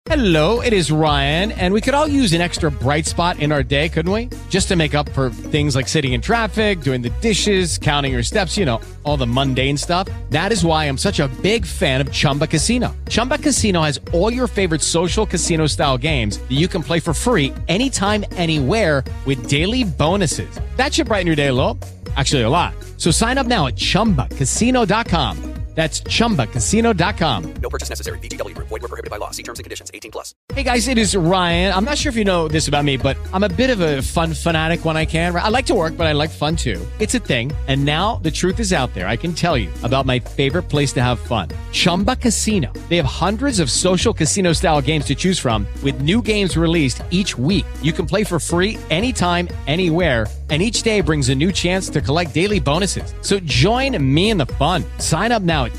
Hello, it is Ryan, and we could all use an extra bright spot in our day, couldn't we? Just to make up for things like sitting in traffic, doing the dishes, counting your steps, you know, all the mundane stuff. That is why I'm such a big fan of Chumba Casino. Chumba Casino has all your favorite social casino-style games that you can play for free anytime, anywhere with daily bonuses. That should brighten your day a little. Actually, a lot. So sign up now at ChumbaCasino.com. That's ChumbaCasino.com. No purchase necessary. VGW Group. Void where prohibited by law. See terms and conditions. 18+. Hey guys, it is Ryan. I'm not sure if you know this about me, but I'm a bit of a fun fanatic when I can. I like to work, but I like fun too. It's a thing. And now the truth is out there. I can tell you about my favorite place to have fun. Chumba Casino. They have hundreds of social casino style games to choose from with new games released each week. You can play for free anytime, anywhere. And each day brings a new chance to collect daily bonuses. So join me in the fun. Sign up now at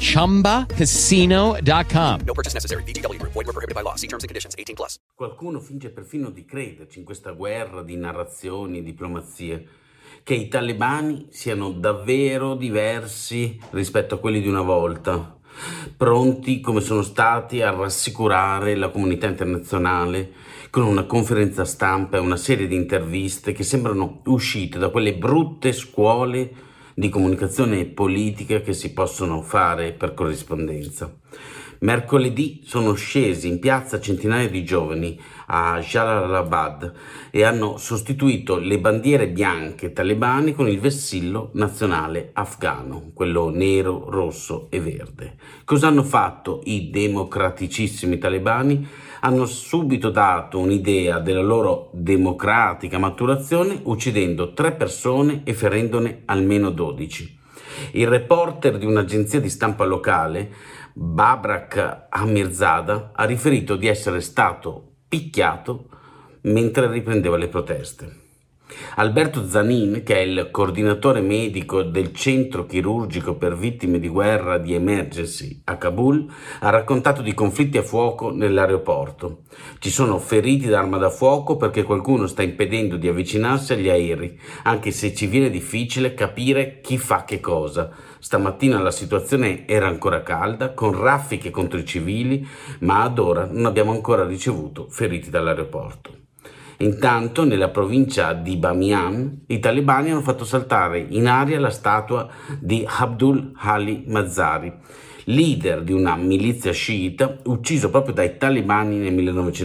ChumbaCasino.com. No purchase necessary. VGW Group. Void where prohibited by law. See terms and conditions. 18+. Qualcuno finge perfino di crederci in questa guerra di narrazioni e diplomazie, che i talebani siano davvero diversi rispetto a quelli di una volta, pronti come sono stati a rassicurare la comunità internazionale con una conferenza stampa e una serie di interviste che sembrano uscite da quelle brutte scuole di comunicazione politica che si possono fare per corrispondenza. Mercoledì sono scesi in piazza centinaia di giovani a Jalalabad e hanno sostituito le bandiere bianche talebane con il vessillo nazionale afghano, quello nero, rosso e verde. Cosa hanno fatto i democraticissimi talebani? Hanno subito dato un'idea della loro democratica maturazione uccidendo 3 persone e ferendone almeno 12. Il reporter di un'agenzia di stampa locale, Babrak Amirzada, ha riferito di essere stato picchiato mentre riprendeva le proteste. Alberto Zanin, che è il coordinatore medico del centro chirurgico per vittime di guerra di Emergency a Kabul, ha raccontato di conflitti a fuoco nell'aeroporto. Ci sono feriti d'arma da fuoco perché qualcuno sta impedendo di avvicinarsi agli aerei, anche se ci viene difficile capire chi fa che cosa. Stamattina la situazione era ancora calda, con raffiche contro i civili, ma ad ora non abbiamo ancora ricevuto feriti dall'aeroporto. Intanto, nella provincia di Bamiyan, i talebani hanno fatto saltare in aria la statua di Abdul Ali Mazari, leader di una milizia sciita ucciso proprio dai talebani nel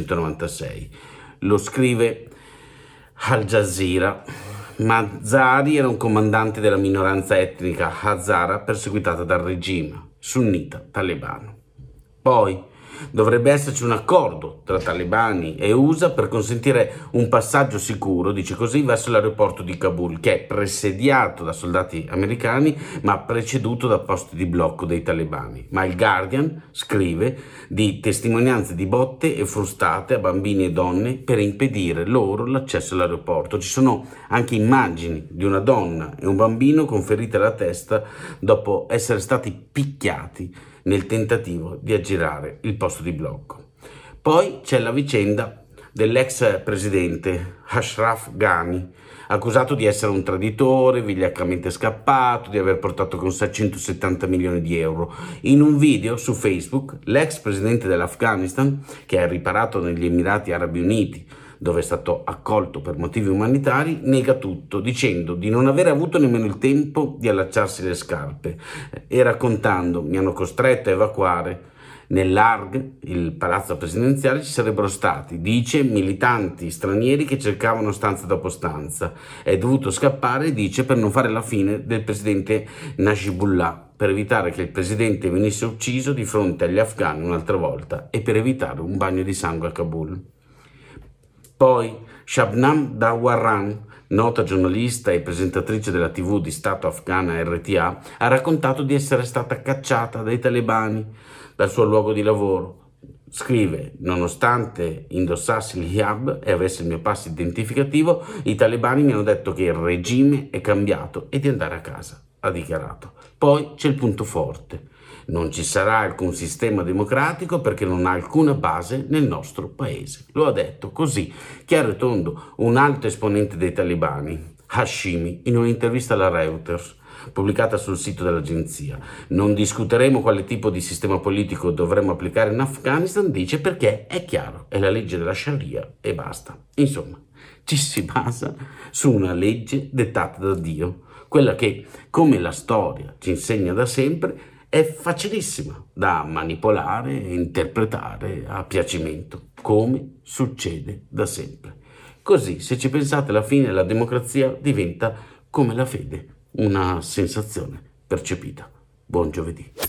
1996. Lo scrive Al Jazeera. Mazari era un comandante della minoranza etnica Hazara perseguitata dal regime sunnita talebano. Poi dovrebbe esserci un accordo tra talebani e USA per consentire un passaggio sicuro, dice così, verso l'aeroporto di Kabul, che è presidiato da soldati americani ma preceduto da posti di blocco dei talebani. Ma il Guardian scrive di testimonianze di botte e frustate a bambini e donne per impedire loro l'accesso all'aeroporto. Ci sono anche immagini di una donna e un bambino con ferite alla testa dopo essere stati picchiati nel tentativo di aggirare il posto di blocco. Poi c'è la vicenda dell'ex presidente Ashraf Ghani, accusato di essere un traditore, vigliaccamente scappato, di aver portato con sé 170 milioni di euro. In un video su Facebook, l'ex presidente dell'Afghanistan, che è riparato negli Emirati Arabi Uniti, dove è stato accolto per motivi umanitari, nega tutto, dicendo di non aver avuto nemmeno il tempo di allacciarsi le scarpe e raccontando: mi hanno costretto a evacuare. Nell'Arg, il palazzo presidenziale, ci sarebbero stati, dice, militanti stranieri che cercavano stanza dopo stanza. È dovuto scappare, dice, per non fare la fine del presidente Najibullah, per evitare che il presidente venisse ucciso di fronte agli afghani un'altra volta e per evitare un bagno di sangue a Kabul. Poi Shabnam Dawarran, nota giornalista e presentatrice della TV di Stato afghana RTA, ha raccontato di essere stata cacciata dai talebani dal suo luogo di lavoro. Scrive: nonostante indossassi il hijab e avesse il mio pass identificativo, i talebani mi hanno detto che il regime è cambiato e di andare a casa, ha dichiarato. Poi c'è il punto forte: non ci sarà alcun sistema democratico perché non ha alcuna base nel nostro paese. Lo ha detto così, chiaro e tondo, un alto esponente dei talebani, Hashimi, in un'intervista alla Reuters. pubblicata sul sito dell'agenzia. Non discuteremo quale tipo di sistema politico dovremmo applicare in Afghanistan, dice, perché è chiaro, è la legge della Sharia e basta. Insomma, ci si basa su una legge dettata da Dio, quella che, come la storia ci insegna da sempre, è facilissima da manipolare e interpretare a piacimento, come succede da sempre. Così, se ci pensate, alla fine la democrazia diventa come la fede, una sensazione percepita. Buon giovedì.